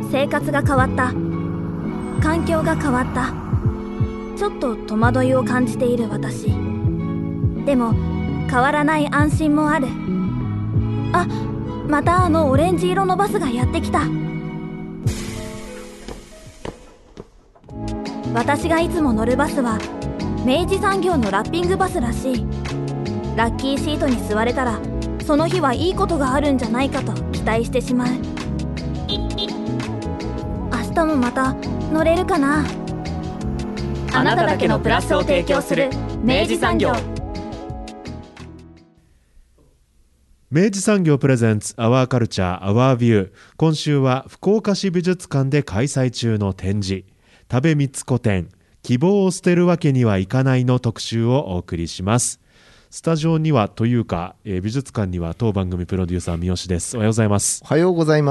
生活が変わった。環境が変わった。ちょっと戸惑いを感じている私。でも変わらない安心もある。あ、またあのオレンジ色のバスがやってきた。私がいつも乗るバスは明治産業のラッピングバスらしい。ラッキーシートに座れたらその日はいいことがあるんじゃないかと期待してしまう。明日もまた乗れるかな。 あなただけのプラスを提供する明治産業。 明治産業プレゼンツアワーカルチャーアワービュー。今週は福岡市美術館で開催中の展示多部光子展希望を捨てるわけにはいかないの特集をお送りします。スタジオにはというか、美術館には当番組プロデューサー三好です。おはようございます。 おはようございます。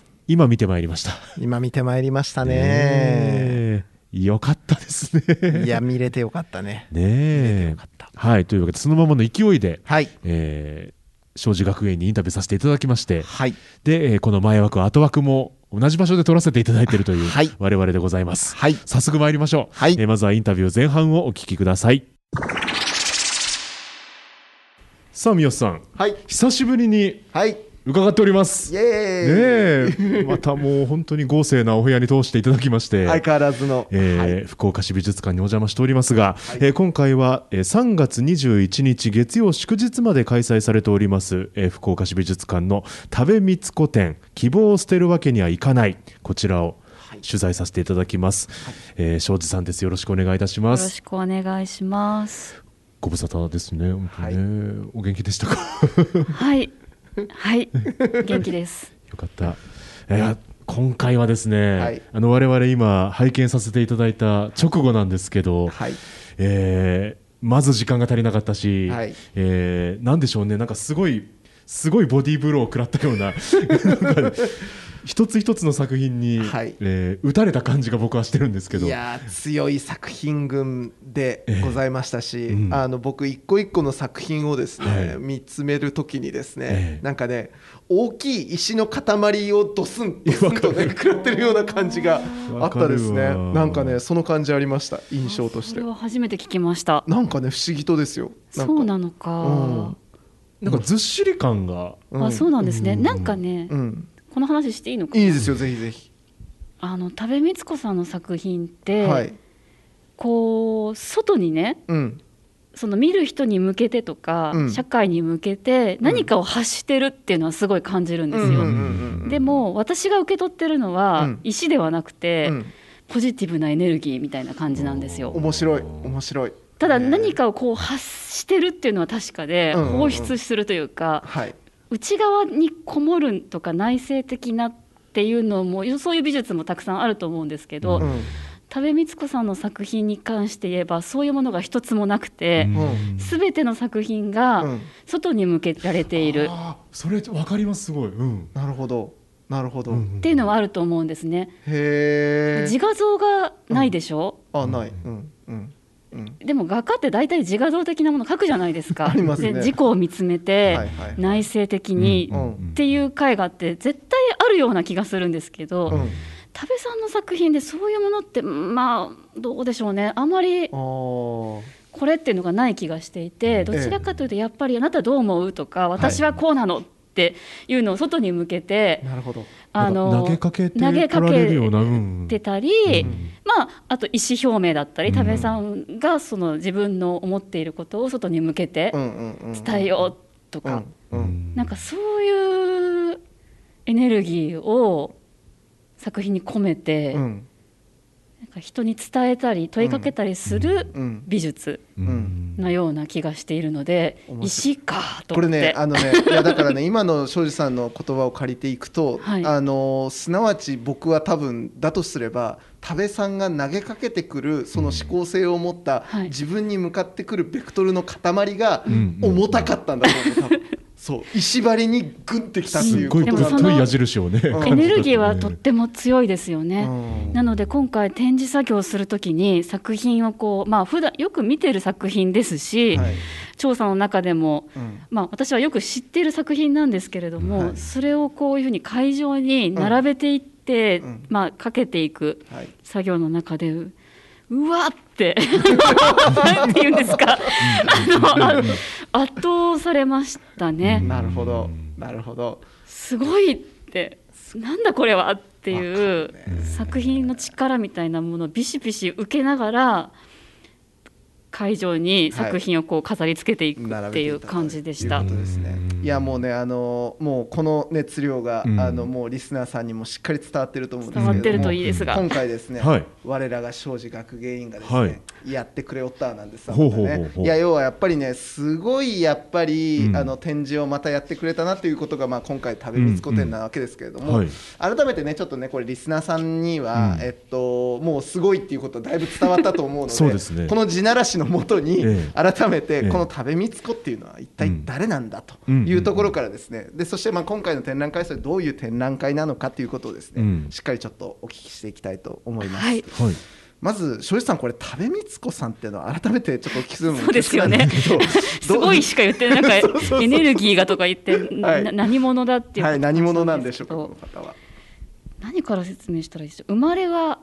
今見てまいりました。 今見てまいりましたね。 よかったですね。 いや見れてよかったね。 ねえ、よかった。はい、というわけでそのままの勢いで、 はい、 庄司学園にインタビューさせていただきまして、 はい、 で、この前枠後枠も同じ場所で撮らせていただいているという、 はい、 我々でございます。 はい、 早速参りましょう。 はい、 まずはインタビュー前半をお聞きください。さあ三好さん、 はい、 久しぶりに伺っております。 イエーイ、またもう本当に豪勢なお部屋に通していただきまして相変わらずの、 福岡市美術館にお邪魔しておりますが、今回は3月21日月曜祝日まで開催されております、福岡市美術館の多部光子展希望を捨てるわけにはいかない、こちらを取材させていただきます。庄司さんです。よろしくお願いいたします。 よろしくお願いします。 ご無沙汰ですね。本当ね、お元気でしたか？ はいはい元気です。 よかった。今回はですね、我々今拝見させていただいた直後なんですけど、まず時間が足りなかったし、なんでしょうね、なんかすごいボディーブローを食らったようななんか一つ一つの作品に、打たれた感じが僕はしてるんですけど、 いや強い作品群でございましたし、僕一個一個の作品をですね、見つめるときにですね、なんかね大きい石の塊をドスンとね食らってるような感じがあったですね。なんかねその感じありました。印象として。 それは初めて聞きました。 なんかね不思議とですよ。 そうなのか、 なんかずっしり感が、 そうなんですね。なんかね、この話していいのかな。 いいですよ、ぜひぜひ。 多部光子さんの作品って、こう外にね、その見る人に向けてとか、社会に向けて何かを発してるっていうのはすごい感じるんですよ。でも私が受け取ってるのは、石ではなくて、ポジティブなエネルギーみたいな感じなんですよ。 面白い面白い。 ただ何かをこう発してるっていうのは確かで、放出するというか、内側にこもるとか内省的なっていうのもそういう美術もたくさんあると思うんですけど、多部光子さんの作品に関して言えばそういうものが一つもなくて、全ての作品が外に向けられている、 それ分かります。すごい、 なるほどなるほど、 っていうのはあると思うんですね。 へ自画像がないでしょ、 ない、 でも画家って大体自画像的なもの描くじゃないですか。 ありますね。 で自己を見つめて内省的にっていう絵画って絶対あるような気がするんですけど、多部さんの作品でそういうものってまあどうでしょうね、あまりこれっていうのがない気がしていて、どちらかというとやっぱりあなたどう思うとか、私はこうなのっていうのを外に向けて、 投げかけてたり、あと意思表明だったり、多部さんがその自分の思っていることを外に向けて伝えようとか、なんかそういうエネルギーを作品に込めて、なんか人に伝えたり問いかけたりする美術のような気がしているので、石かと思って。 これね、いやだからね今の庄司さんの言葉を借りていくと、すなわち僕は多分だとすれば多部さんが投げかけてくるその思考性を持った自分に向かってくるベクトルの塊が重たかったんだと思う。 そう石張りにグンってきたっていうことすごい太い矢印をね、 エネルギーはとっても強いですよね。なので今回展示作業をするときに作品をこう、普段よく見てる作品ですし、調査の中でも、私はよく知っている作品なんですけれども、それをこういうふうに会場に並べていって、かけていく作業の中で、うわってなんて言うんですか、圧倒されましたね。 なるほどなるほど。 すごいって、なんだこれはっていう作品の力みたいなものをビシビシ受けながら会場に作品をこう飾り付けていくっていう感じでした。 いやもうねもうこの熱量がもうリスナーさんにもしっかり伝わってると思うんですけども、 伝わってるといいですが、 今回ですね、我らが庄司学芸員がですね、やってくれおったなんですね。いや要はやっぱりねすごいやっぱり展示をまたやってくれたなということが今回食べみつこ展なわけですけれども、改めてねちょっとねこれリスナーさんにはもうすごいっていうことだいぶ伝わったと思うので、この地ならしのもとに改めてこの食べみつこっていうのは一体誰なんだというところからですね、でそして今回の展覧会はどういう展覧会なのかということをですね、しっかりちょっとお聞きしていきたいと思います。まず庄司さん、これ食べみつこさんっていうのは改めてちょっとお聞きするのもそうですよねすごいしか言ってなんかエネルギーがとか言って何者だっていう、 何者なんでしょうか、この方は。 何から説明したらいいでしょう。生まれは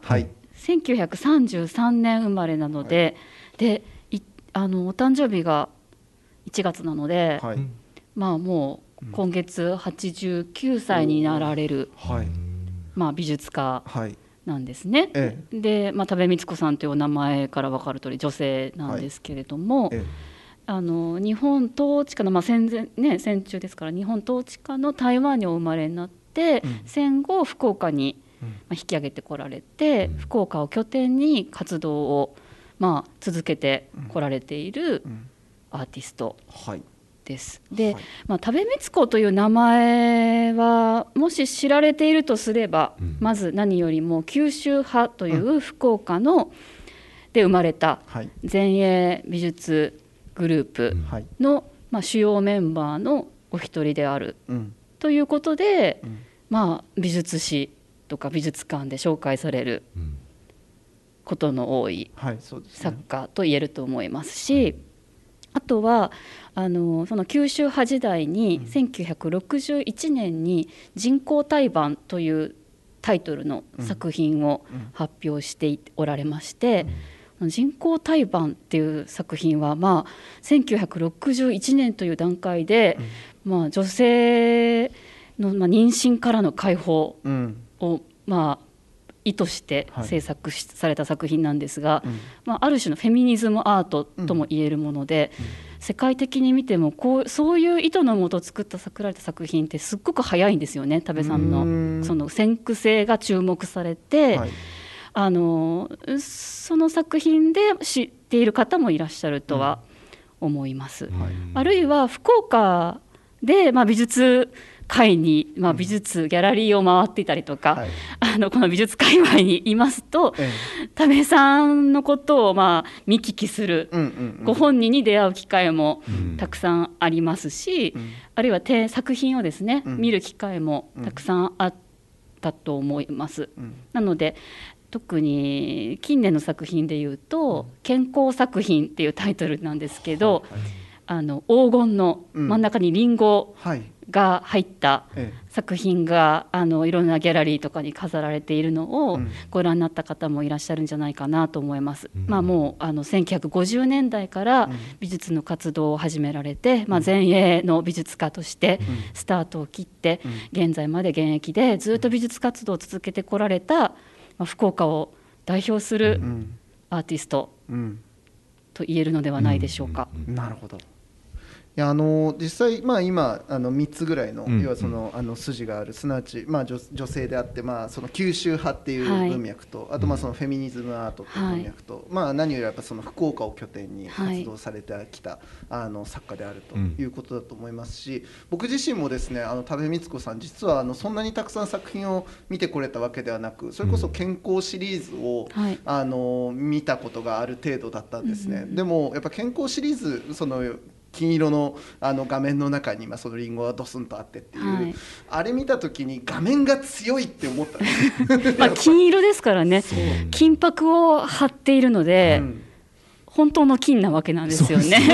1933年生まれなので、でお誕生日が1月なので、もう今月89歳になられる、美術家なんですね。で、食べみつこさんというお名前から分かる通り女性なんですけれども、日本統治下の、戦中ですから日本統治下の台湾にお生まれになって、戦後福岡に引き上げてこられて、福岡を拠点に活動を続けてこられているアーティストです。で、食べみつこという名前はもし知られているとすれば、まず何よりも九州派という福岡ので生まれた前衛美術グループの主要メンバーのお一人であるということで、美術史とか美術館で紹介されることの多い作家と言えると思いますし、あとはその九州派時代に1961年に人工対バンというタイトルの作品を発表しておられまして、人工対バンっていう作品は1961年という段階で女性の妊娠からの解放を意図して制作された作品なんですが、ある種のフェミニズムアートとも言えるもので、世界的に見てもそういう意図のもと作られた作品ってすっごく早いんですよね。多部さんのその先駆性が注目されて、その作品で知っている方もいらっしゃるとは思います。あるいは福岡で美術会に、美術ギャラリーを回っていたりとか、この美術界隈にいますと、多部さんのことを見聞きする、ご本人に出会う機会もたくさんありますし、あるいは作品をですね、見る機会もたくさんあったと思います。なので特に近年の作品でいうと「健康作品」っていうタイトルなんですけど、黄金の真ん中にリンゴが入った作品がいろんなギャラリーとかに飾られているのをご覧になった方もいらっしゃるんじゃないかなと思います。もう1950年代から美術の活動を始められて、前衛の美術家としてスタートを切って現在まで現役でずっと美術活動を続けてこられた福岡を代表するアーティストと言えるのではないでしょうか。 なるほど。いや実際、今3つぐらいの、要はその筋がある、すなわち、女性であって、その九州派っていう文脈と、あとそのフェミニズムアートっていう文脈と、何よりやっぱその福岡を拠点に活動されてきた、作家であるということだと思いますし、僕自身もですね多部みつこさん実はそんなにたくさん作品を見てこれたわけではなく、それこそ健康シリーズを、見たことがある程度だったんですね。でもやっぱ健康シリーズ金色の画面の中にそのリンゴがドスンとあってっていう、はい、あれ見た時に画面が強いって思った金色ですからね、金箔を貼っているので、本当の金なわけなんですよね。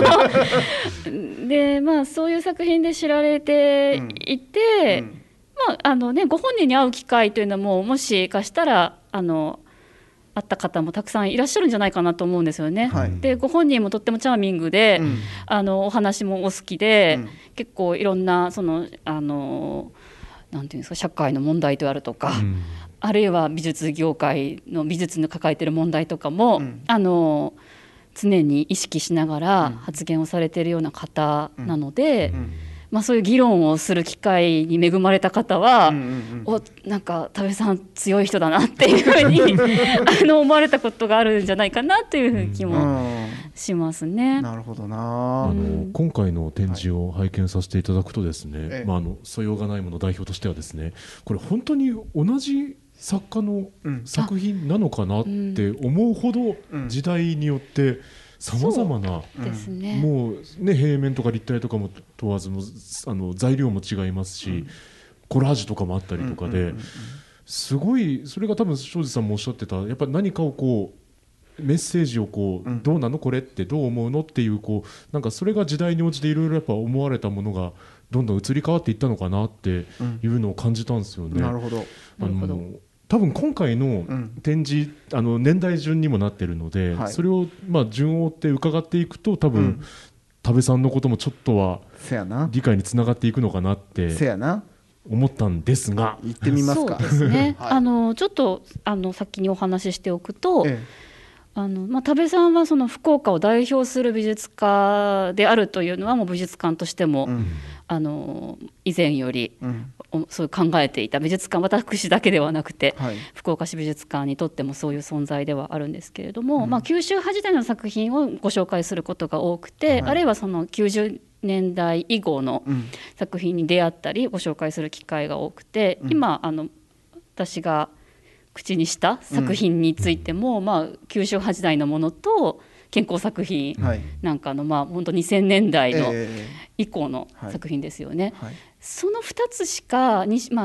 でそういう作品で知られていて、ご本人に会う機会というのももしかしたらあった方もたくさんいらっしゃるんじゃないかなと思うんですよね、はい、でご本人もとってもチャーミングで、お話もお好きで、結構いろんななんていうんですか、社会の問題であるとか、あるいは美術業界の美術の抱えている問題とかも、常に意識しながら発言をされているような方なので、そういう議論をする機会に恵まれた方は、なんか田部さん強い人だなっていうふうに思われたことがあるんじゃないかなという気もしますね。 なるほどな。 今回の展示を拝見させていただくとですね、素養がないもの代表としてはですね、これ本当に同じ作家の作品なのかなって思うほど時代によってさまざまな、もうね、平面とか立体とかも問わず材料も違いますし、コラージュとかもあったりとかで、すごいそれが多分庄司さんもおっしゃってた、やっぱり何かをメッセージをどうなのこれってどう思うのっていうなんかそれが時代に応じていろいろやっぱ思われたものがどんどん移り変わっていったのかなっていうのを感じたんですよね。 なるほど。 多分今回の展示、年代順にもなっているので、それを順を追って伺っていくと多分、田部さんのこともちょっとは理解につながっていくのかなって思ったんですが、 言ってみますか。 そうですね、ちょっと先にお話ししておくと、田部さんはその福岡を代表する美術家であるというのはもう美術館としても、以前より、そう考えていた美術館、私だけではなくて、福岡市美術館にとってもそういう存在ではあるんですけれども、九州派時代の作品をご紹介することが多くて、あるいはその90年代以後の作品に出会ったりご紹介する機会が多くて、今私が口にした作品についても、九州派時代のものと健康作品なんかの、本当2000年代の以降の作品ですよね、その2つしか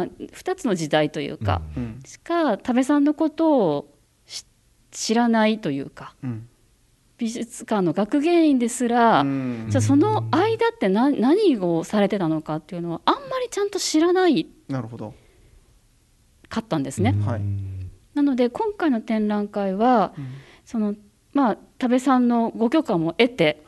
2つの時代というか、しか田部さんのことを知らないというか、美術館の学芸員ですら、じゃあその間って何をされてたのかっていうのはあんまりちゃんと知らないかったんですね。なので今回の展覧会は、田部さんのご許可も得て、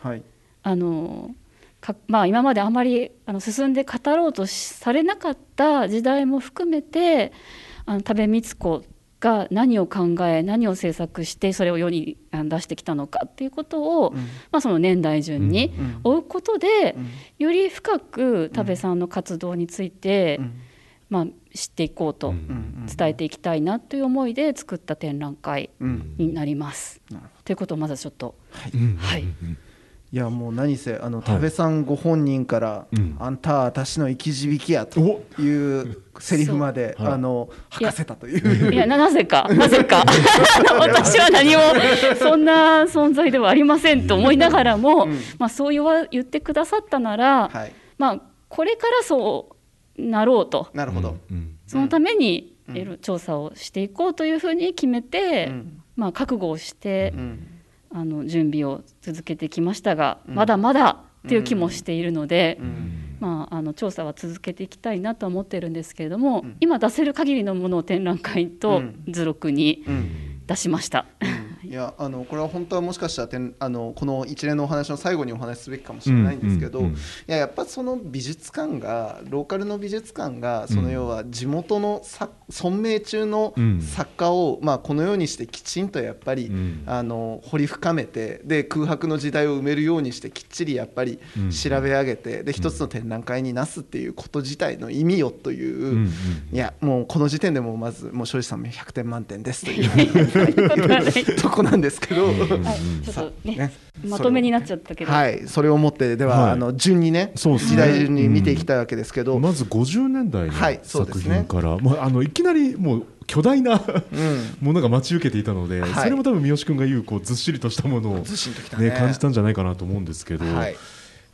今まであまり進んで語ろうとされなかった時代も含めて、田部光子が何を考え何を制作してそれを世に出してきたのかっていうことを、その年代順に追うことで、より深く田部さんの活動について、知っていこうと、伝えていきたいなという思いで作った展覧会になります、ということをまずちょっと、 いやもう何せ田部さんご本人から、あんたは私の生き字引やというセリフまで吐かせたという。 いやなぜか私は何もそんな存在ではありませんと思いながらも、そう言ってくださったなら、これからそうなろうと、 なるほど、 そのために調査をしていこうというふうに決めて、覚悟をして、準備を続けてきましたが、まだまだっていう気もしているので、調査は続けていきたいなと思っているんですけれども、今出せる限りのものを展覧会と図録に出しました。 いやこれは本当はもしかしたらこの一連のお話の最後にお話しすべきかもしれないんですけど、やっぱその美術館がローカルの美術館がその要は地元の存命中の作家を、このようにしてきちんとやっぱり、掘り深めて、で空白の時代を埋めるようにしてきっちりやっぱり調べ上げて、で一つの展覧会になすっていうこと自体の意味よという、いやもうこの時点でもまずもう庄司さんも100点満点ですというとこなんですけど、 ちょっとねまとめになっちゃったけど、 それをもってでは、順にね、時代順に見ていきたいわけですけど、 まず50年代の作品から、いきなりもう巨大なものが待ち受けていたので、それも多分三好君が言うずっしりとしたものを、感じたんじゃないかなと思うんですけど、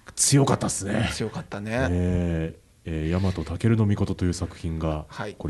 強かったですね。 強かったね。 大和尊の命という作品が、これ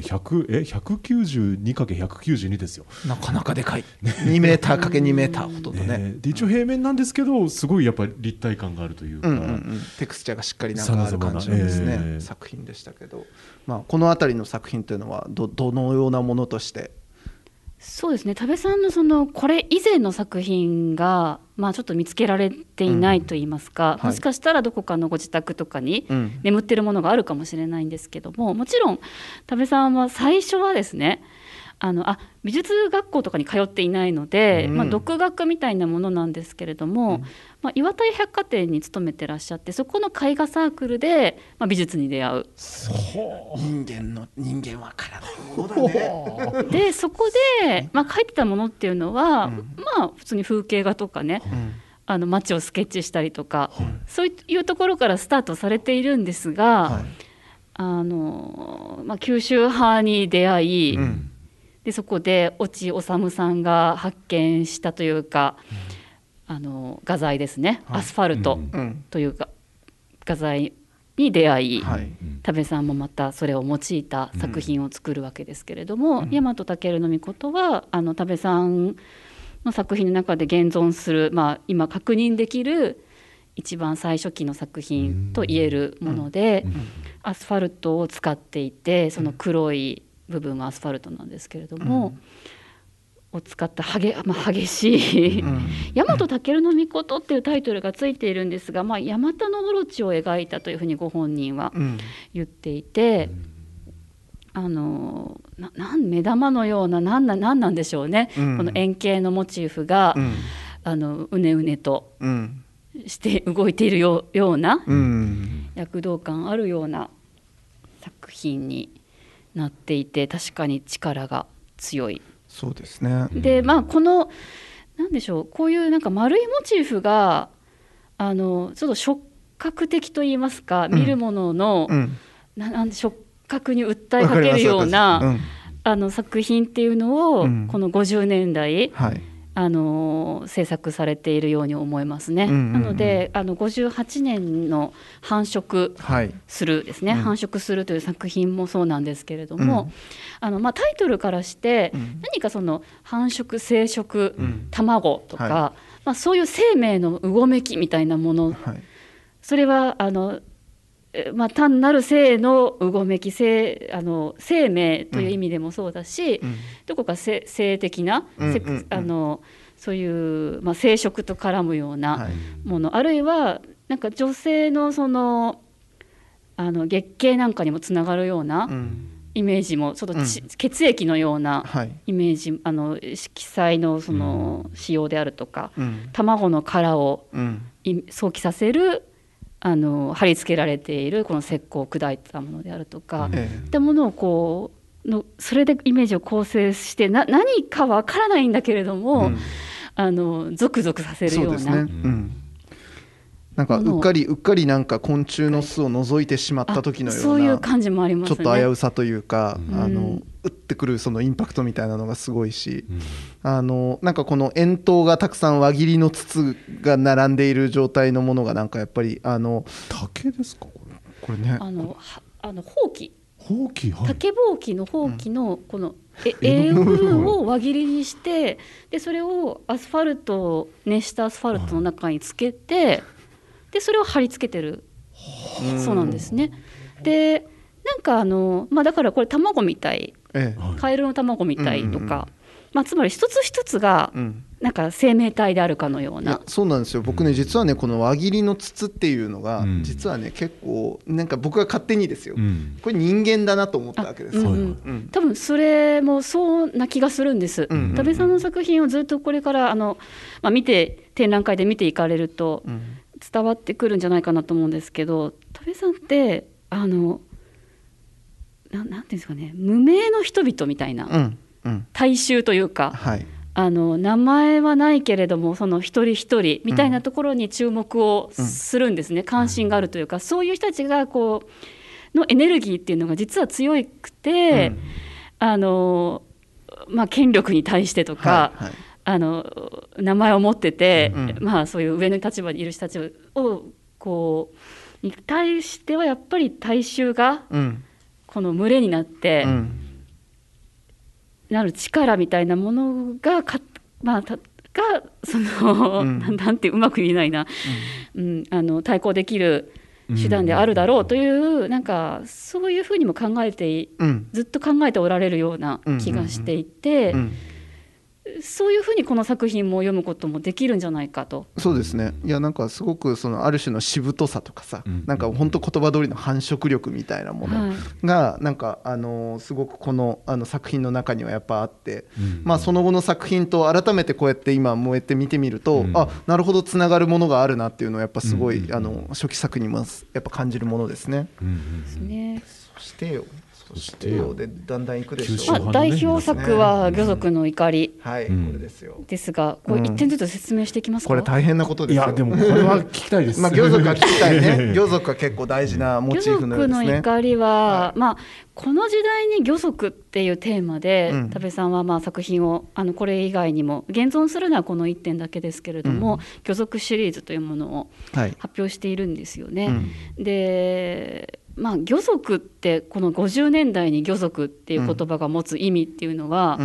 192×192 ですよ。 なかなかでかい。2メーター ×2 メーターほどのね。 で一応平面なんですけど、すごいやっぱり立体感があるというか、 テクスチャーがしっかりなんかある感じのですね、作品でしたけど、この辺りの作品というのはどのようなものとして。 そうですね、多部さんのこれ以前の作品が、ちょっと見つけられていないといいますか、もしかしたらどこかのご自宅とかに眠ってるものがあるかもしれないんですけども、もちろん多部さんは最初はですね、美術学校とかに通っていないので、独学みたいなものなんですけれども、岩田百貨店に勤めてらっしゃって、そこの絵画サークルで、美術に出会う。 人間はからないものだね。 でそこで、描いてたものっていうのは、普通に風景画とかね、街をスケッチしたりとか、そういうところからスタートされているんですが、九州派に出会い、でそこで越智修さんが発見したというか、画材ですね、アスファルトというか、画材に出会い、多部さんもまたそれを用いた作品を作るわけですけれども、大和尊の命は多部さんの作品の中で現存する、今確認できる一番最初期の作品と言えるもので、アスファルトを使っていて、その黒い部分がアスファルトなんですけれども、を使った激しい大和尊の命っていうタイトルがついているんですが、ヤマタノオロチを描いたというふうにご本人は言っていて、目玉のような何なんでしょうね、この円形のモチーフが、うねうねとして動いているような、躍動感あるような作品になっていて、確かに力が強い。 そうですね。 でこのなんでしょう、こういうなんか丸いモチーフがちょっと触覚的といいますか、見るものの、なんで触覚に訴えかけるような、作品っていうのを、この50年代、制作されているように思いますね。なので58年の繁殖するですね、繁殖するという作品もそうなんですけれども、タイトルからして何かその繁殖生殖、卵とか、そういう生命のうごめきみたいなもの、それは単なる性のうごめき、生命という意味でもそうだし、どこか性的な、そういう、生殖と絡むようなもの、あるいはなんか女性の月経なんかにもつながるようなイメージも、ちょっと血液のようなイメージ、色彩の使用であるとか、卵の殻を想起させる貼り付けられているこの石膏を砕いたものであるとか、いったものをそれでイメージを構成して何かわからないんだけれども、ゾクゾクさせるような。 なんかうっかりなんか昆虫の巣を覗いてしまった時のような、 そういう感じもありますね。 ちょっと危うさというか、打ってくるそのインパクトみたいなのがすごいし、なんかこの円筒がたくさん輪切りの筒が並んでいる状態のものがなんかやっぱり竹ですかこれね。 ほうき、 はい、 竹ぼうきのほうきのこの絵の部分を輪切りにして、でそれを熱したアスファルトの中につけて、でそれを貼り付けてるそうなんですね。でなんかだからこれ卵みたい、カエルの卵みたいとか、つまり一つ一つがなんか生命体であるかのような。 いやそうなんですよ。僕ね実はねこの輪切りの筒っていうのが、実はね結構なんか僕が勝手にですよ、これ人間だなと思ったわけですよ。 多分それもそうな気がするんです。多部さんの作品をずっとこれから展覧会で見ていかれると伝わってくるんじゃないかなと思うんですけど、多部さんってなんていうんですかね、無名の人々みたいな、大衆というか、名前はないけれどもその一人一人みたいなところに注目をするんですね。関心があるというか、そういう人たちがのエネルギーっていうのが実は強くて、権力に対してとか、名前を持ってて、そういう上の立場にいる人たちをこうに対してはやっぱり大衆がこの群れになって、なる力みたいなものがその、なんてうまく言えないな、対抗できる手段であるだろうという、なんかそういうふうにも考えて、ずっと考えておられるような気がしていて、そういうふうにこの作品も読むこともできるんじゃないかと。 そうですね。いやなんかすごくそのある種のしぶとさとかさ、なんか本当言葉通りの繁殖力みたいなものがなんかすごくこの作品の中にはやっぱあって、まあその後の作品と改めてこうやって今燃えて見てみると、あ、なるほどつながるものがあるなっていうのをやっぱすごい初期作にもやっぱ感じるものですね。そしてでだんだんいくでしょう。 代表作は魚族の怒り、 はい、これですよ。 ですが、これ一点ずつ説明していきますか。 これ大変なことですよ。 いやでもこれは聞きたいです。 まあ魚族は聞きたいね。魚族は結構大事なモチーフのようですね。 魚族の怒りは、まあこの時代に魚族っていうテーマで、多部さんはまあ作品をこれ以外にも現存するのはこの1点だけですけれども、魚族シリーズというものを発表しているんですよね。でまあ、魚族ってこの50年代に魚族っていう言葉が持つ意味っていうのは、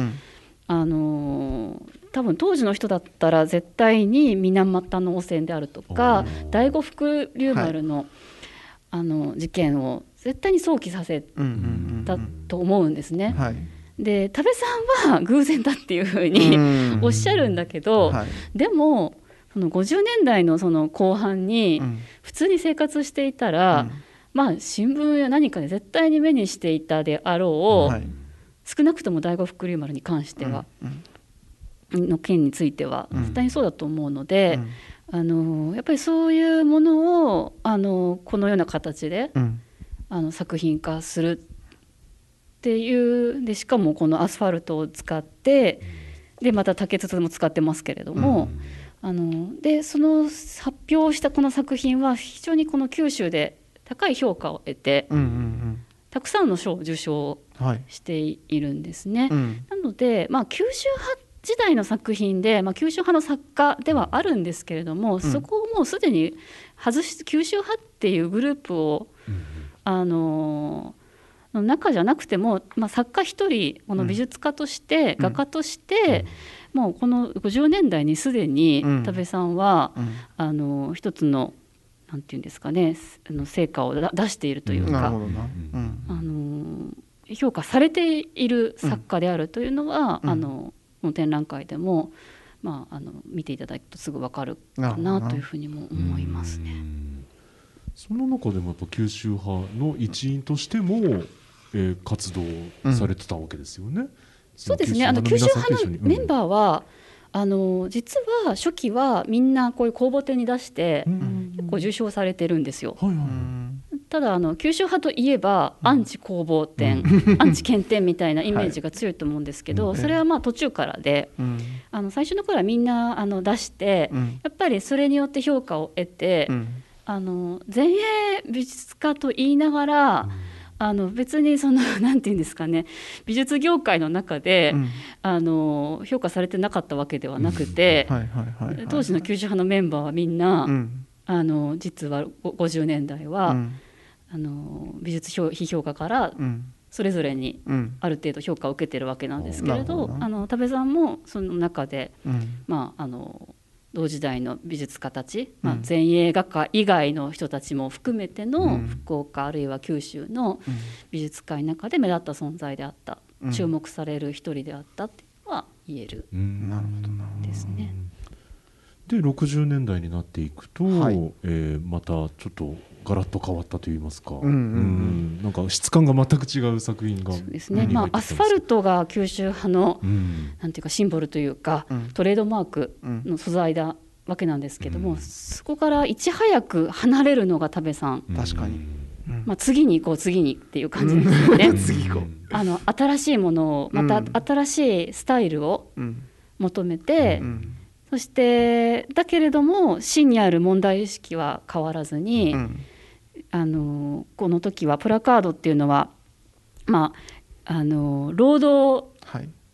多分当時の人だったら絶対に水俣の汚染であるとか第五福竜丸の、事件を絶対に想起させたと思うんですね。で多部さんは偶然だっていうふうにおっしゃるんだけど、でもその50年代のその後半に普通に生活していたら、まあ、新聞や何かで絶対に目にしていたであろう、少なくとも第五福竜丸に関しては、の件については絶対にそうだと思うので、やっぱりそういうものをこのような形で、作品化するっていうで、しかもこのアスファルトを使ってでまた竹筒も使ってますけれども、でその発表したこの作品は非常にこの九州で高い評価を得て、たくさんの賞を受賞しているんですね。なので、まあ、九州派時代の作品で、まあ、九州派の作家ではあるんですけれども、そこをもうすでに外して九州派っていうグループを、の中じゃなくても、まあ、作家一人この美術家として、画家として、もうこの50年代にすでに多部さんは、一つのなんていうんですかね、成果を出しているというか、評価されている作家であるというのは、この展覧会でも、まあ、見ていただくとすぐ分かるかなというふうにも思いますね。 その中でもやっぱ九州派の一員としても、活動されてたわけですよね。 そうですね。九州派のメンバーは、実は初期はみんなこういう公募展に出して結構受賞されてるんですよ。ただ九州派といえばアンチ公募展、アンチ検点みたいなイメージが強いと思うんですけど、それはまあ途中からで、最初の頃はみんな出して、やっぱりそれによって評価を得て、前衛美術家と言いながら別になんていうんですかね、美術業界の中で、評価されてなかったわけではなくて、当時の九州派のメンバーはみんな、実は50年代は、美術批評家からそれぞれにある程度評価を受けてるわけなんですけれど、多部さんもその中で、まあ同時代の美術家たち、前衛画家以外の人たちも含めての福岡あるいは九州の美術界の中で目立った存在であった、注目される一人であったっていうのは言えるですね。 で60年代になっていくと、またちょっとガラッと変わったといいますか、なんか質感が全く違う作品が。そうですね。 アスファルトが九州派の、なんていうかシンボルというか、トレードマークの素材だわけなんですけども、そこからいち早く離れるのが多部さん。 確かに。 次に行こう次にっていう感じですよね。新しいものをまた新しいスタイルを求めて、そしてだけれども真にある問題意識は変わらずに、この時はプラカードっていうのは、労働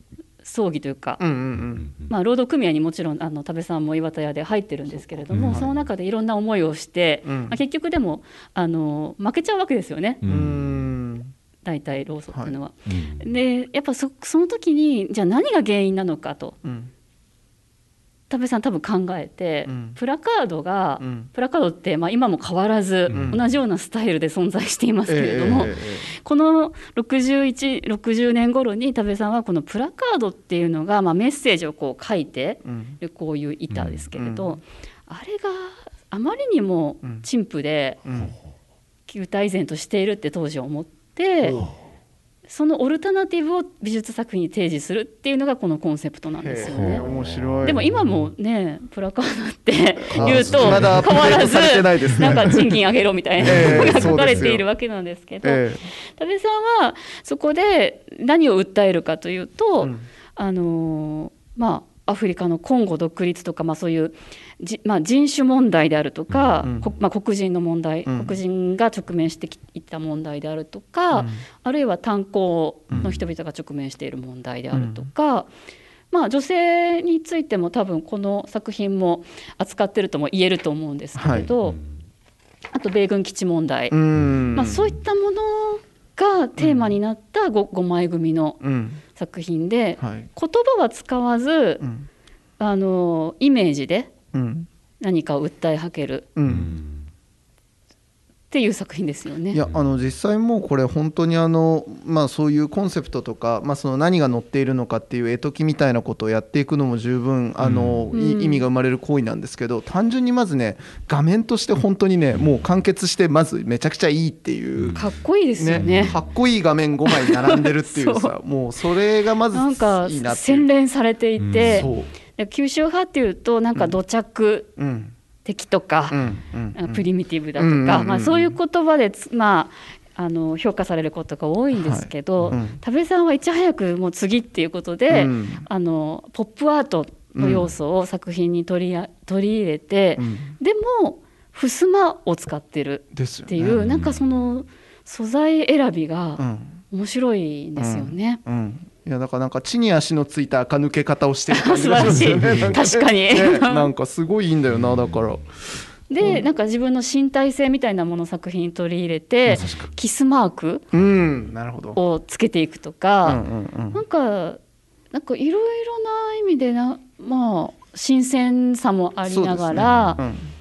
葬儀というか、まあ、労働組合にもちろん多部さんも岩田屋で入ってるんですけれども、その中でいろんな思いをして、まあ、結局でも負けちゃうわけですよね、大体労組っていうのは。でやっぱその時にじゃあ何が原因なのかと、多部さん多分考えて、プラカードって、まあ、今も変わらず、同じようなスタイルで存在していますけれども、この60年頃に多部さんはこのプラカードっていうのが、まあ、メッセージをこう書いてるこういう板ですけれど、あれがあまりにも陳腐で旧態依然としているって当時は思って、そのオルタナティブを美術作品に提示するっていうのがこのコンセプトなんですよね。 面白い。 でも今もねプラカードって言うと変わらずなんか賃金上げろみたいなのが書かれているわけなんですけど、多部さんはそこで何を訴えるかというと、まあアフリカのコンゴ独立とか、まあ、そういうまあ、人種問題であるとか、まあ、黒人の問題、黒人が直面していった問題であるとか、あるいは炭鉱の人々が直面している問題であるとか、まあ、女性についても多分この作品も扱ってるとも言えると思うんですけれど、あと米軍基地問題、まあ、そういったものがテーマになった 5枚組の作品で、言葉は使わず、イメージで何かを訴えはけるっていう作品ですよね。 いや実際もうこれ本当にまあ、そういうコンセプトとか、まあ、その何が載っているのかっていう絵解きみたいなことをやっていくのも十分意味が生まれる行為なんですけど、単純にまずね画面として本当にねもう完結してまずめちゃくちゃいいっていう、 かっこいいですよね。 かっこいい画面5枚並んでるっていうさもうそれがまずいいなっていう。 なんか洗練されていて、九州派っていうとなんか土着的とか、プリミティブだとか、まあ、そういう言葉で、まあ、評価されることが多いんですけど、多部さんはいち早くもう次っていうことで、ポップアートの要素を作品に取り入れて、でも襖を使ってるっていう、なんかその素材選びが面白いんですよね。 いやだからなんか地に足のついた垢抜け方をしてる感じがしますよね。 確かになんかすごいいいんだよな。だからで、なんか自分の身体性みたいなものを作品に取り入れてキスマークをつけていくとか、なんかいろいろな意味でまあ新鮮さもありながら、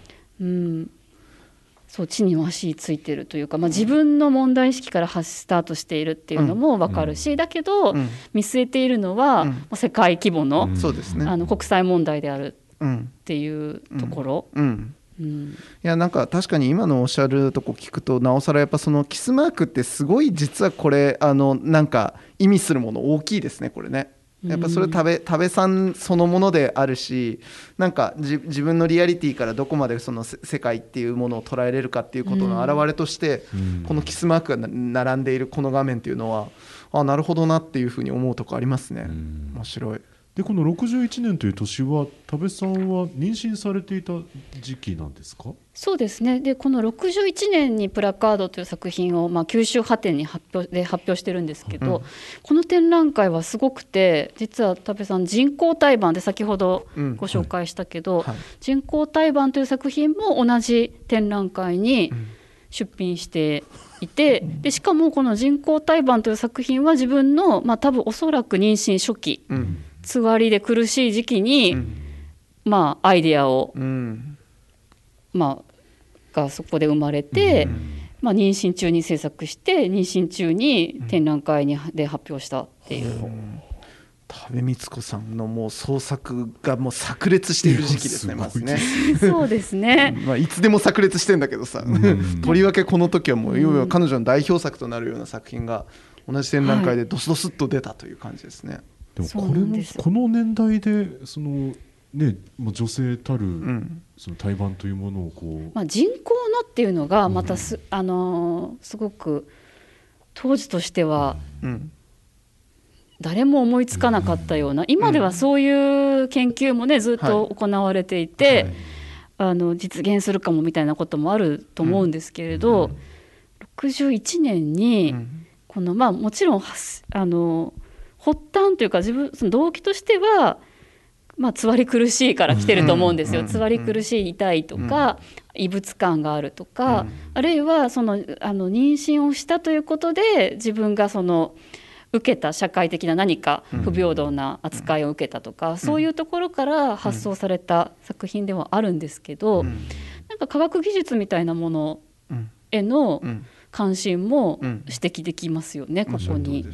そう地に足ついてるというか、まあ、自分の問題意識からスタートしているっていうのも分かるし、だけど見据えているのは世界規模の、国際問題であるっていうところ。いやなんか確かに今のおっしゃるとこ聞くとなおさらやっぱそのキスマークってすごい実はこれなんか意味するもの大きいですねこれね。やっぱそれ多部さんそのものであるし、なんか自分のリアリティからどこまでその世界っていうものを捉えれるかっていうことの表れとして、このキスマークが並んでいるこの画面っていうのはなるほどなっていうふうに思うとこありますね。面白い。 でこの61年という年は多部さんは妊娠されていた時期なんですか？ そうですね。でこの61年にプラカードという作品を、まあ、九州派展に発表してるんですけど、この展覧会はすごくて、実は多部さん人工胎盤で先ほどご紹介したけど、人工胎盤という作品も同じ展覧会に出品していて、でしかもこの人工胎盤という作品は自分の、まあ、多分おそらく妊娠初期、つわりで苦しい時期に、まあ、アイデアを、まあ、がそこで生まれて、まあ、妊娠中に制作して妊娠中に展覧会で発表したっていう。 多部未子さんのもう創作がもう炸裂している時期ですね。まずねそうですね、 まあ、いつでも炸裂してんだけどさ、とりわけこの時はもういよいよ彼女の代表作となるような作品が同じ展覧会でドスドスっと出たという感じですね。 でもこの年代でその、ね、女性たるその胎盤というものをこう、 まあ、人工のっていうのがまたすごく当時としては誰も思いつかなかったような、今ではそういう研究もねずっと行われていて、実現するかもみたいなこともあると思うんですけれど、61年にこの、まあ、もちろん発端というかその動機としては、つわり苦しいから来てると思うんですよ。つわり苦しい、痛いとか、異物感があるとか、あるいは妊娠をしたということで自分が受けた社会的な何か不平等な扱いを受けたとか、そういうところから発想された作品ではあるんですけど、なんか科学技術みたいなものへの関心も指摘できますよね、ここに。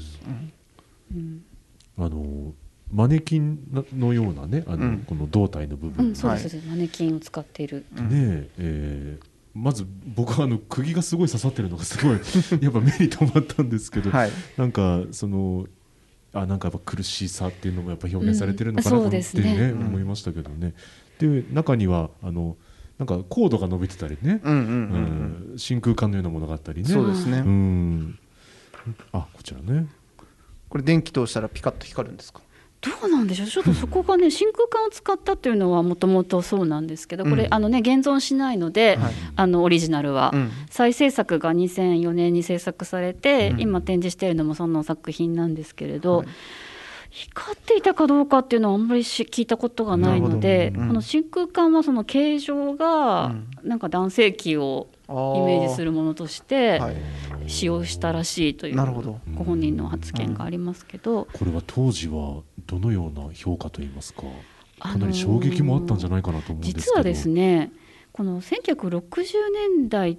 マネキンのようなね、この胴体の部分、 そうですマネキンを使っている、 まず僕は釘がすごい刺さってるのがすごいやっぱ目に留まったんですけど、なんかなんかやっぱ苦しさっていうのもやっぱ表現されてるのかなってね、思いましたけどね。で中にはなんかコードが伸びてたりね、真空管のようなものがあったりね。 そうですね。 こちらね。 これ電気通したらピカッと光るんですか？ どうなんでしょう。ちょっとそこがね真空管を使ったっていうのはもともとそうなんですけど、これ現存しないので、オリジナルは、再制作が2004年に制作されて、今展示しているのもその作品なんですけれど、光っていたかどうかっていうのはあんまり聞いたことがないので、この真空管はその形状がなんか男性器をイメージするものとして使用したらしいというご本人の発言がありますけど、 これは当時はどのような評価といいますか、かなり衝撃もあったんじゃないかなと思うんですけど。 実はですね、この1960年代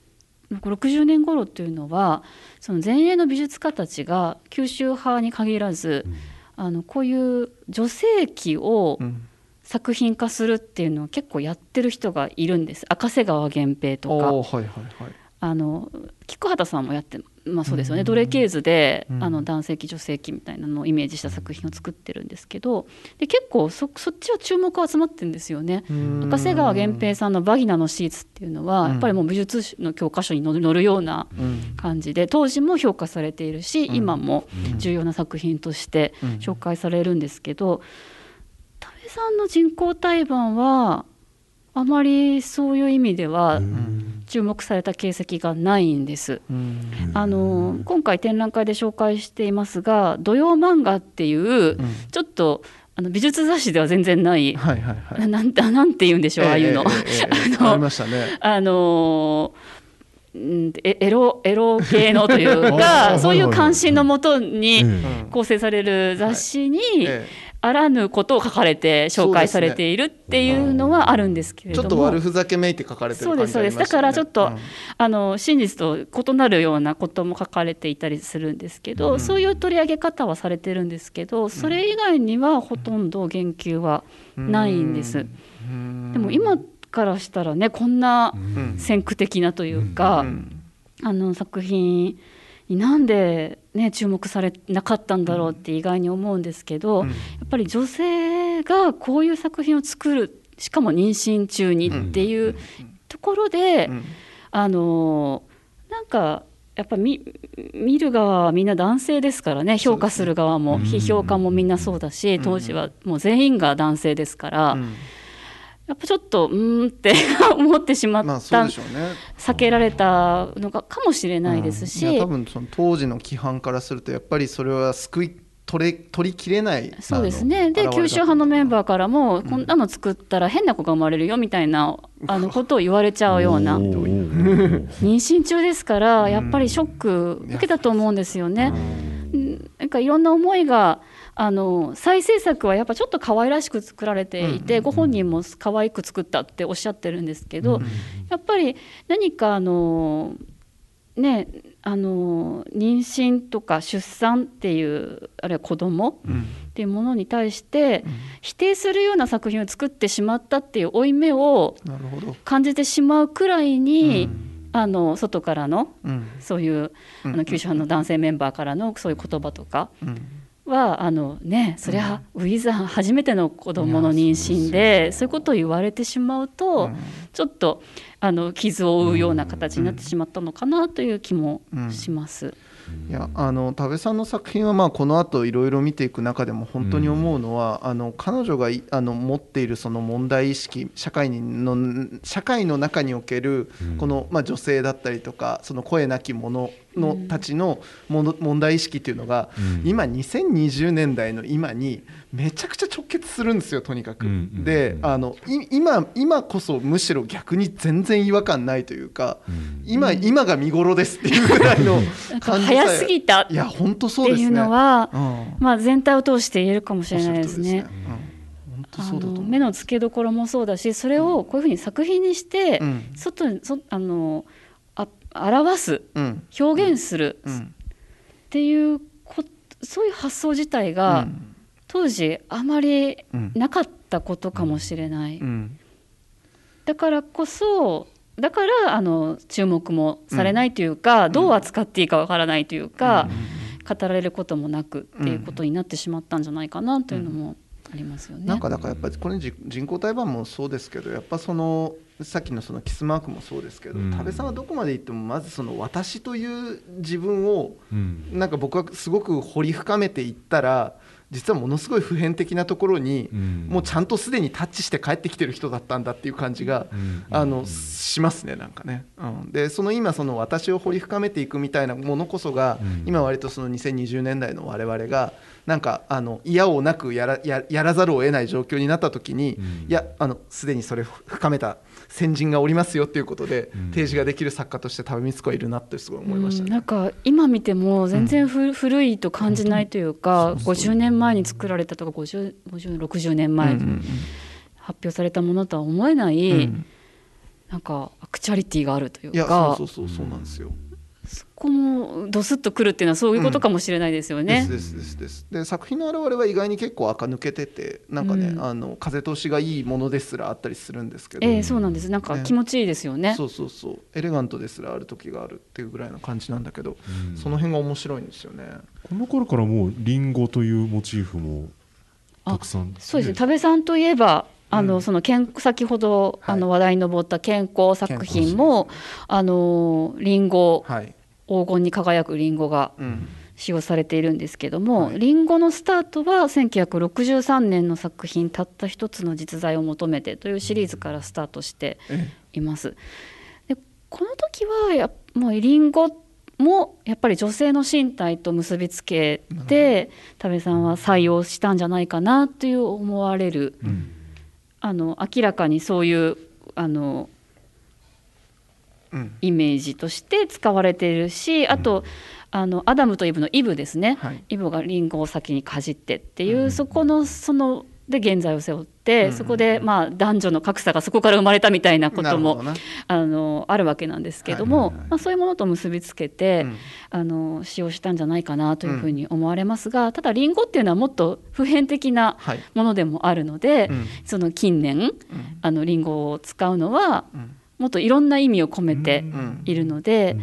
60年頃っていうのは、その前衛の美術家たちが九州派に限らず、こういう女性器を作品化するっていうのを結構やってる人がいるんです。赤瀬川源平とか、菊畑さんもやって、そうですよね、奴隷系図で男性器女性器みたいなのをイメージした作品を作ってるんですけど、で結構 そっちは注目が集まってるんですよね。赤瀬川源平さんのバギナのシーツっていうのはやっぱりもう美術の教科書に載るような感じで、当時も評価されているし、今も重要な作品として紹介されるんですけど、多部さんの人工胎盤はあまりそういう意味では注目された形跡がないんです。今回展覧会で紹介していますが、土曜漫画っていう、ちょっと美術雑誌では全然ない、なんて言うんでしょう、ああいうの、 ありましたね。 エロ系のというかそういう関心のもとに構成される雑誌にあらぬことを書かれて紹介されているっていうのはあるんですけれども、 ちょっと悪ふざけめいて書かれてる感じがありましたね。 そうです。だからちょっと、真実と異なるようなことも書かれていたりするんですけど、そういう取り上げ方はされてるんですけど、それ以外にはほとんど言及はないんです。でも今からしたらね、こんな先駆的なというか、作品になんで、注目されなかったんだろうって意外に思うんですけど、やっぱり女性がこういう作品を作る、しかも妊娠中にっていうところで、なんかやっぱ見る側はみんな男性ですからね、評価する側も批評家もみんなそうだし、当時はもう全員が男性ですから、やっぱちょっとって思ってしまった、避けられたのかもしれないですし、 多分その当時の規範からするとやっぱりそれは取りきれない。 そうですね。で九州派のメンバーからも、こんなの作ったら変な子が生まれるよみたいなことを言われちゃうような妊娠中ですから、やっぱりショック受けたと思うんですよね。なんかいろんな思いが再制作はやっぱちょっと可愛らしく作られていて、ご本人も可愛く作ったっておっしゃってるんですけど、やっぱり何か妊娠とか出産っていう、あるいは子供っていうものに対して否定するような作品を作ってしまったっていう負い目を感じてしまうくらいに、外からのそういう九州派の男性メンバーからのそういう言葉とかはそりゃウィザー初めての子供の妊娠でそういうことを言われてしまうと、ちょっと傷を負うような形になってしまったのかなという気もします。 いや多部さんの作品はこの後いろいろ見ていく中でも本当に思うのは、彼女が持っているその問題意識、社会の中におけるこの、女性だったりとか、その声なき者のたちの問題意識っていうのが、今2020年代の今にめちゃくちゃ直結するんですよ、とにかく。で今こそむしろ逆に全然違和感ないというか、今が見頃ですっていうぐらいの感じ早すぎたっていや本当そうですね、 いうのは、全体を通して言えるかもしれないですね。目の付けどころもそうだし、それをこういうふうに作品にして外に表す、表現するっていうそういう発想自体が当時あまりなかったことかもしれない。だから注目もされないというか、どう扱っていいかわからないというか、語られることもなくっていうことになってしまったんじゃないかなというのもありますよね。 なんかだからやっぱりこれ人工体版もそうですけど、やっぱさっきのキスマークもそうですけど、多部さんはどこまで行ってもまず私という自分をなんか僕はすごく掘り深めていったら、実はものすごい普遍的なところにもうちゃんとすでにタッチして帰ってきてる人だったんだっていう感じがしますね、なんかね。で今私を掘り深めていくみたいなものこそが、今割と2020年代の我々がなんか嫌をなくやらざるを得ない状況になった時に、いやすでにそれ深めた先人がおりますよっていうことで提示ができる作家として多部未華子はいるなってすごい思いましたね。 なんか今見ても全然古いと感じないというか、50年前に作られたとか60年前に発表されたものとは思えない、なんかアクチャリティがあるというか。いやそうなんですよ。 そこもドスッとくるっていうのはそういうことかもしれないですよね。 で作品の表れは意外に結構垢抜けてて、なんかね、風通しがいいものですらあったりするんですけど、 そうなんです。なんか気持ちいいですよね。 そうエレガントですらある時があるっていうぐらいの感じなんだけど、その辺が面白いんですよね。 この頃からもうリンゴというモチーフもたくさん、 そうですね。多部さんといえば先ほど話題に上った健康作品もリンゴ、黄金に輝くリンゴが使用されているんですけども、リンゴのスタートは1963年の作品たった一つの実在を求めてというシリーズからスタートしています。でこの時はもうリンゴもやっぱり女性の身体と結びつけて多部さんは採用したんじゃないかなという思われる、明らかにそういうイメージとして使われているし、あとアダムとイブのイブですね、イブがリンゴを先にかじってっていう、そこので現在を背負って、そこで男女の格差がそこから生まれたみたいなこともあるわけなんですけども、そういうものと結びつけて使用したんじゃないかなというふうに思われますが、ただリンゴっていうのはもっと普遍的なものでもあるので、近年リンゴを使うのはもっといろんな意味を込めているので、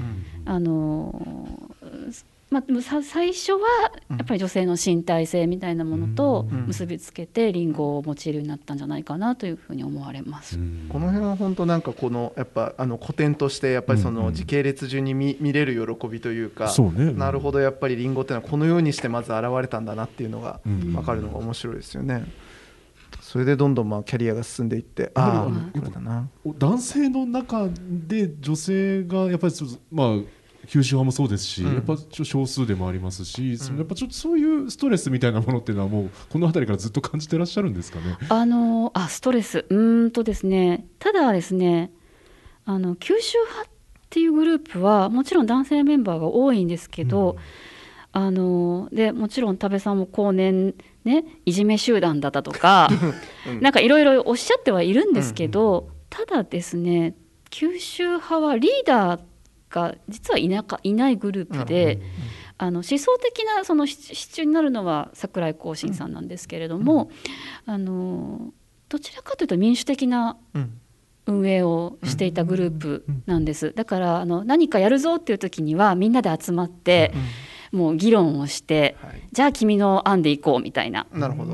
最初はやっぱり女性の身体性みたいなものと結びつけてリンゴを用いるようになったんじゃないかなというふうに思われます。 この辺は本当なんかやっぱ古典としてやっぱり時系列順に見れる喜びというか、なるほどやっぱりリンゴっていうのはこのようにしてまず現れたんだなっていうのが分かるのが面白いですよね。それでどんどんキャリアが進んでいって、これだな。 男性の中で女性がやっぱり九州派もそうですし、やっぱ少数でもありますし、やっぱちょっとそういうストレスみたいなものっていうのはもうこの辺りからずっと感じてらっしゃるんですかね。 ストレスですね、ただですね、九州派っていうグループはもちろん男性メンバーが多いんですけど、でもちろん多部さんも後年ね、いじめ集団だったとかなんかいろいろおっしゃってはいるんですけど、ただですね、九州派はリーダーが実はいないグループで、思想的な支柱になるのは櫻井孝心さんなんですけれども、どちらかというと民主的な運営をしていたグループなんです。だから何かやるぞっていう時にはみんなで集まってもう議論をして、じゃあ君の案でいこうみたいな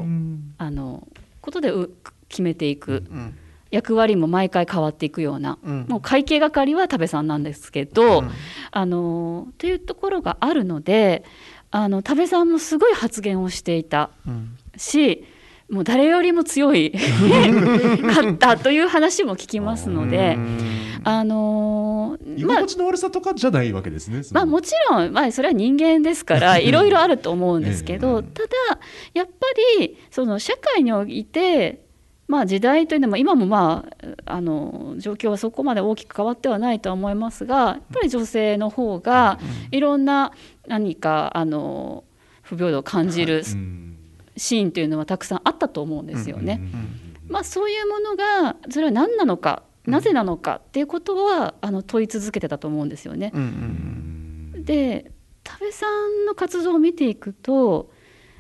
ことで決めていく、役割も毎回変わっていくような、もう会計係は多部さんなんですけど、というところがあるので、多部さんもすごい発言をしていたし、もう誰よりも強いかったという話も聞きますので、 居心地の悪さとかじゃないわけですね。 もちろん、それは人間ですからいろいろあると思うんですけど、ただやっぱりその社会において、時代というのも今も状況はそこまで大きく変わってはないとは思いますが、やっぱり女性の方がいろんな何か不平等を感じるシーンというのはたくさんあったと思うんですよね。そういうものがそれは何なのか、なぜなのかっていうことは問い続けてたと思うんですよね。で、多部さんの活動を見ていくと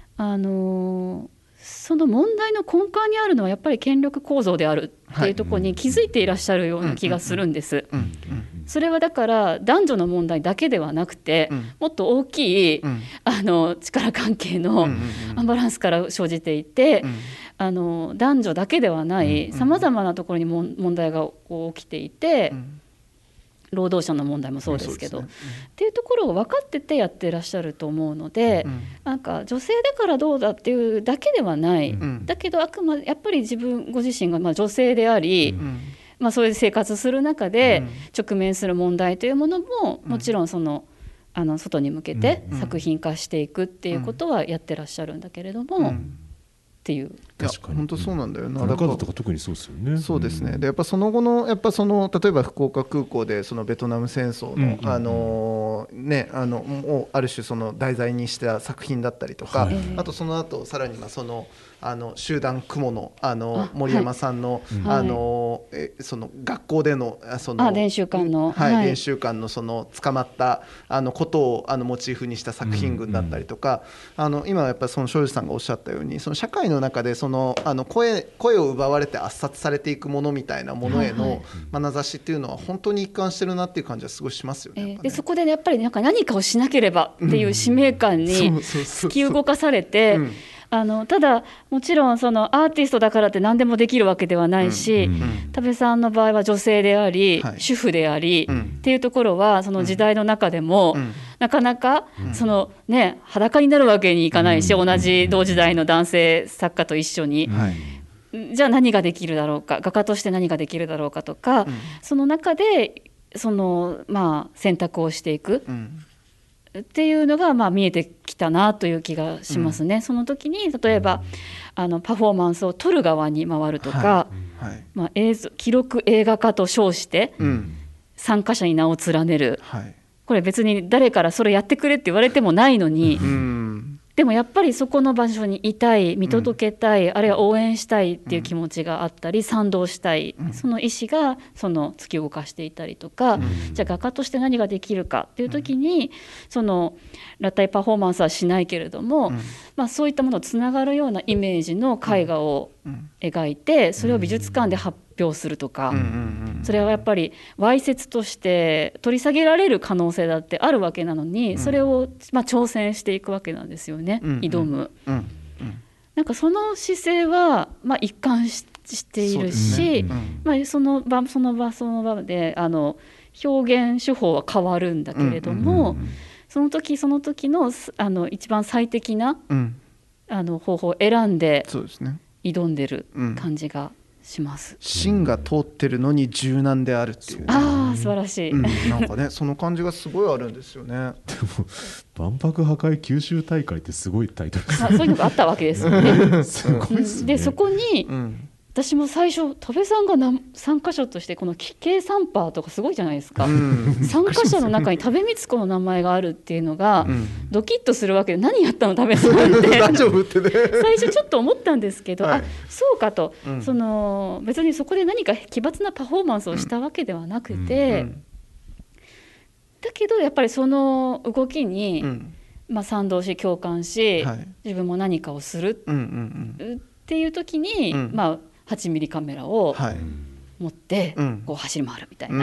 その問題の根幹にあるのはやっぱり権力構造であるっていうところに気づいていらっしゃるような気がするんです。それはだから男女の問題だけではなくて、もっと大きい力関係のアンバランスから生じていて、男女だけではないさまざまなところに問題が起きていて、労働者の問題もそうですけど、っていうところを分かっててやってらっしゃると思うので、なんか女性だからどうだっていうだけではない、だけどやっぱりご自身が女性であり、そういう生活する中で直面する問題というものももちろん外に向けて作品化していくっていうことはやってらっしゃるんだけれども、っていう。 確かに本当そうなんだよな。 中田とか特にそうですよね。 そうですね。でやっぱその後の例えば福岡空港でそのベトナム戦争のをある種その題材にした作品だったりとか、あとその後さらに集団雲の森山さんのその学校での伝習館の伝習館のその捕まったことをモチーフにした作品群だったりとか、今やっぱりその庄司さんがおっしゃったように、その社会の中で声を奪われて圧殺されていくものみたいなものへの眼差しっていうのは本当に一貫してるなっていう感じはすごいしますよね。 でそこでやっぱり何かをしなければっていう使命感に突き動かされて、ただもちろんそのアーティストだからって何でもできるわけではないし、多部さんの場合は女性であり、主婦であり、っていうところはその時代の中でも、なかなか裸になるわけにいかないし、同じ同時代の男性作家と一緒に、じゃあ何ができるだろうか、画家として何ができるだろうかとか、その中で選択をしていくっていうのが見えてきたなという気がしますね。その時に例えばパフォーマンスを撮る側に回るとか、記録映画化と称して参加者に名を連ねる、これ別に誰からそれやってくれって言われてもないのに、でもやっぱりそこの場所にいたい、見届けたい、あるいは応援したいっていう気持ちがあったり、賛同したい、その意思が突き動かしていたりとか、じゃあ画家として何ができるかっていう時に裸体パフォーマンスはしないけれども、そういったものとつながるようなイメージの絵画を描いて、それを美術館で発表するとか、それはやっぱりわいせつとして取り下げられる可能性だってあるわけなのに、それを挑戦していくわけなんですよね、挑む。なんかその姿勢は一貫しているし、その場で表現手法は変わるんだけれども、その時その時の一番最適な方法を選んで挑んでる感じがします。 芯が通ってるのに柔軟であるっていう、 素晴らしい、 なんかねその感じがすごいあるんですよね。でも万博破壊九州大会ってすごいタイトルですね。 そういうのがあったわけですよね。 すごいですね。 でそこに、私も最初多部さんが参加者としてこの奇形サンパーとかすごいじゃないですか、参加者の中に多部光子の名前があるっていうのがドキッとするわけで、何やったの多部さんって大丈夫ってね最初ちょっと思ったんですけど、そうかと、別にそこで何か奇抜なパフォーマンスをしたわけではなくて、だけどやっぱりその動きに、賛同し共感し、自分も何かをするっていう時に、8ミリカメラを持ってこう走り回るみたいな、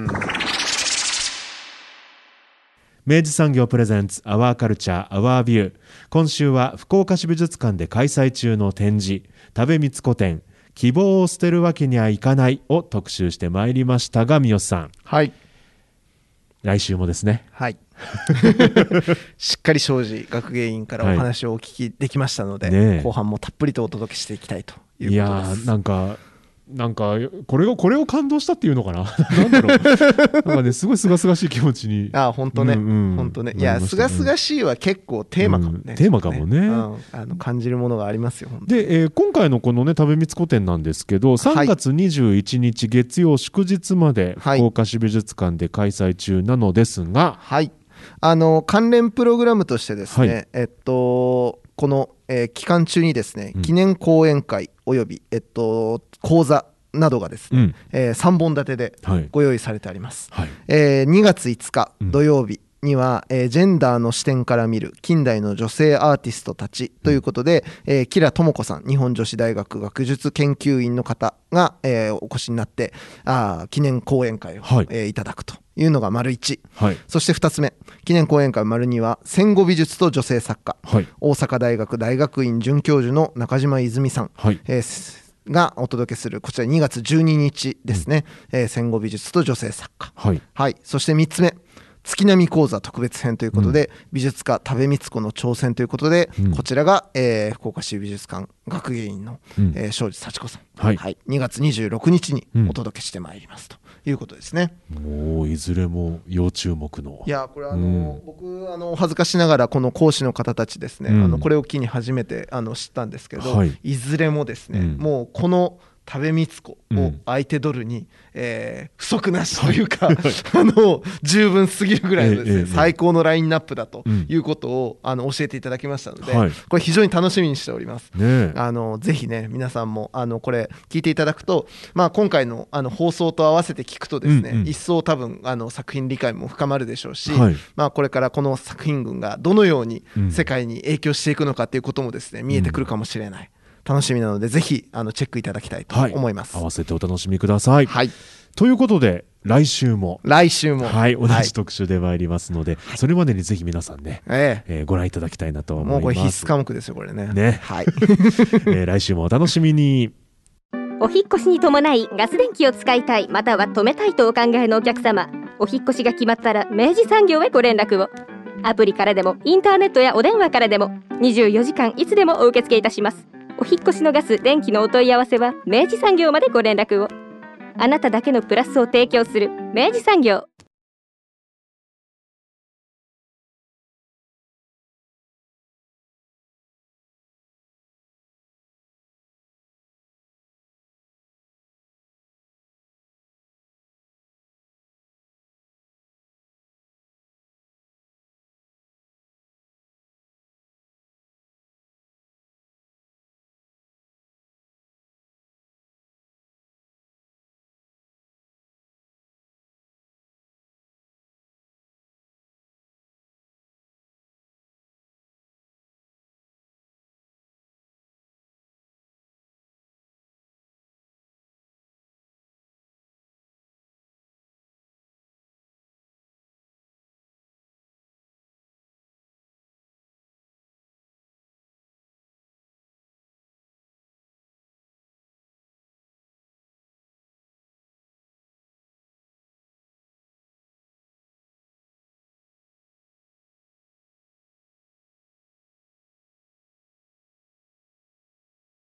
明治産業プレゼンツアワーカルチャーアワービュー。今週は福岡市美術館で開催中の展示、多部光子展希望を捨てるわけにはいかないを特集してまいりましたが、三好さん、来週もですね。 しっかり庄司学芸員からお話をお聞きできましたので、後半もたっぷりとお届けしていきたいということです。 いやなんかなんかこれを感動したっていうのかななんだろうなんかねすごい清々しい気持ちに本当ね、本当ね。いや清々しいは結構テーマかもね、 テーマかもね、 感じるものがありますよ。 で、今回のこのね多部未津子展なんですけど、3月21日月曜祝日まで福岡市美術館で開催中なのですが、 関連プログラムとしてですね、この、期間中にですね、記念講演会および、講座などがですね、3本立てでご用意されてあります。2月5日土曜日には、ジェンダーの視点から見る近代の女性アーティストたちということで、吉良智子さん、日本女子大学学術研究員の方が、お越しになって記念講演会を、いただくというのが丸1、そして2つ目、記念講演会丸2は戦後美術と女性作家、大阪大学大学院准教授の中島泉さん、がお届けするこちら2月12日ですね、戦後美術と女性作家、そして3つ目、月並講座特別編ということで、美術家多部未津子の挑戦ということで、こちらが、福岡市美術館学芸員の、庄司幸子さん、2月26日にお届けしてまいりますということですね。 もういずれも要注目の。 いやこれ僕お恥ずかしながらこの講師の方たちですね、これを機に初めて知ったんですけど、いずれもですね、もうこの多部未津子を相手取るに、不足なしというか、十分すぎるぐらいのですね、最高のラインナップだということを教えていただきましたので、これ非常に楽しみにしております。ぜひね皆さんもこれ聞いていただくと、今回の放送と合わせて聞くとですね、一層多分作品理解も深まるでしょうし、これからこの作品群がどのように世界に影響していくのかということもですね見えてくるかもしれない。楽しみなのでぜひチェックいただきたいと思います。 合わせてお楽しみください。ということで来週も同じ特集で参りますので、それまでにぜひ皆さんね、ご覧いただきたいなと思います。 もうこれ必須科目ですよこれね。 来週もお楽しみに。 お引越しに伴いガス電気を使いたい、または止めたいとお考えのお客様、お引越しが決まったら明治産業へご連絡を。アプリからでもインターネットやお電話からでも24時間いつでもお受け付けいたします。お引越しのガス・電気のお問い合わせは明治産業までご連絡を。あなただけのプラスを提供する明治産業。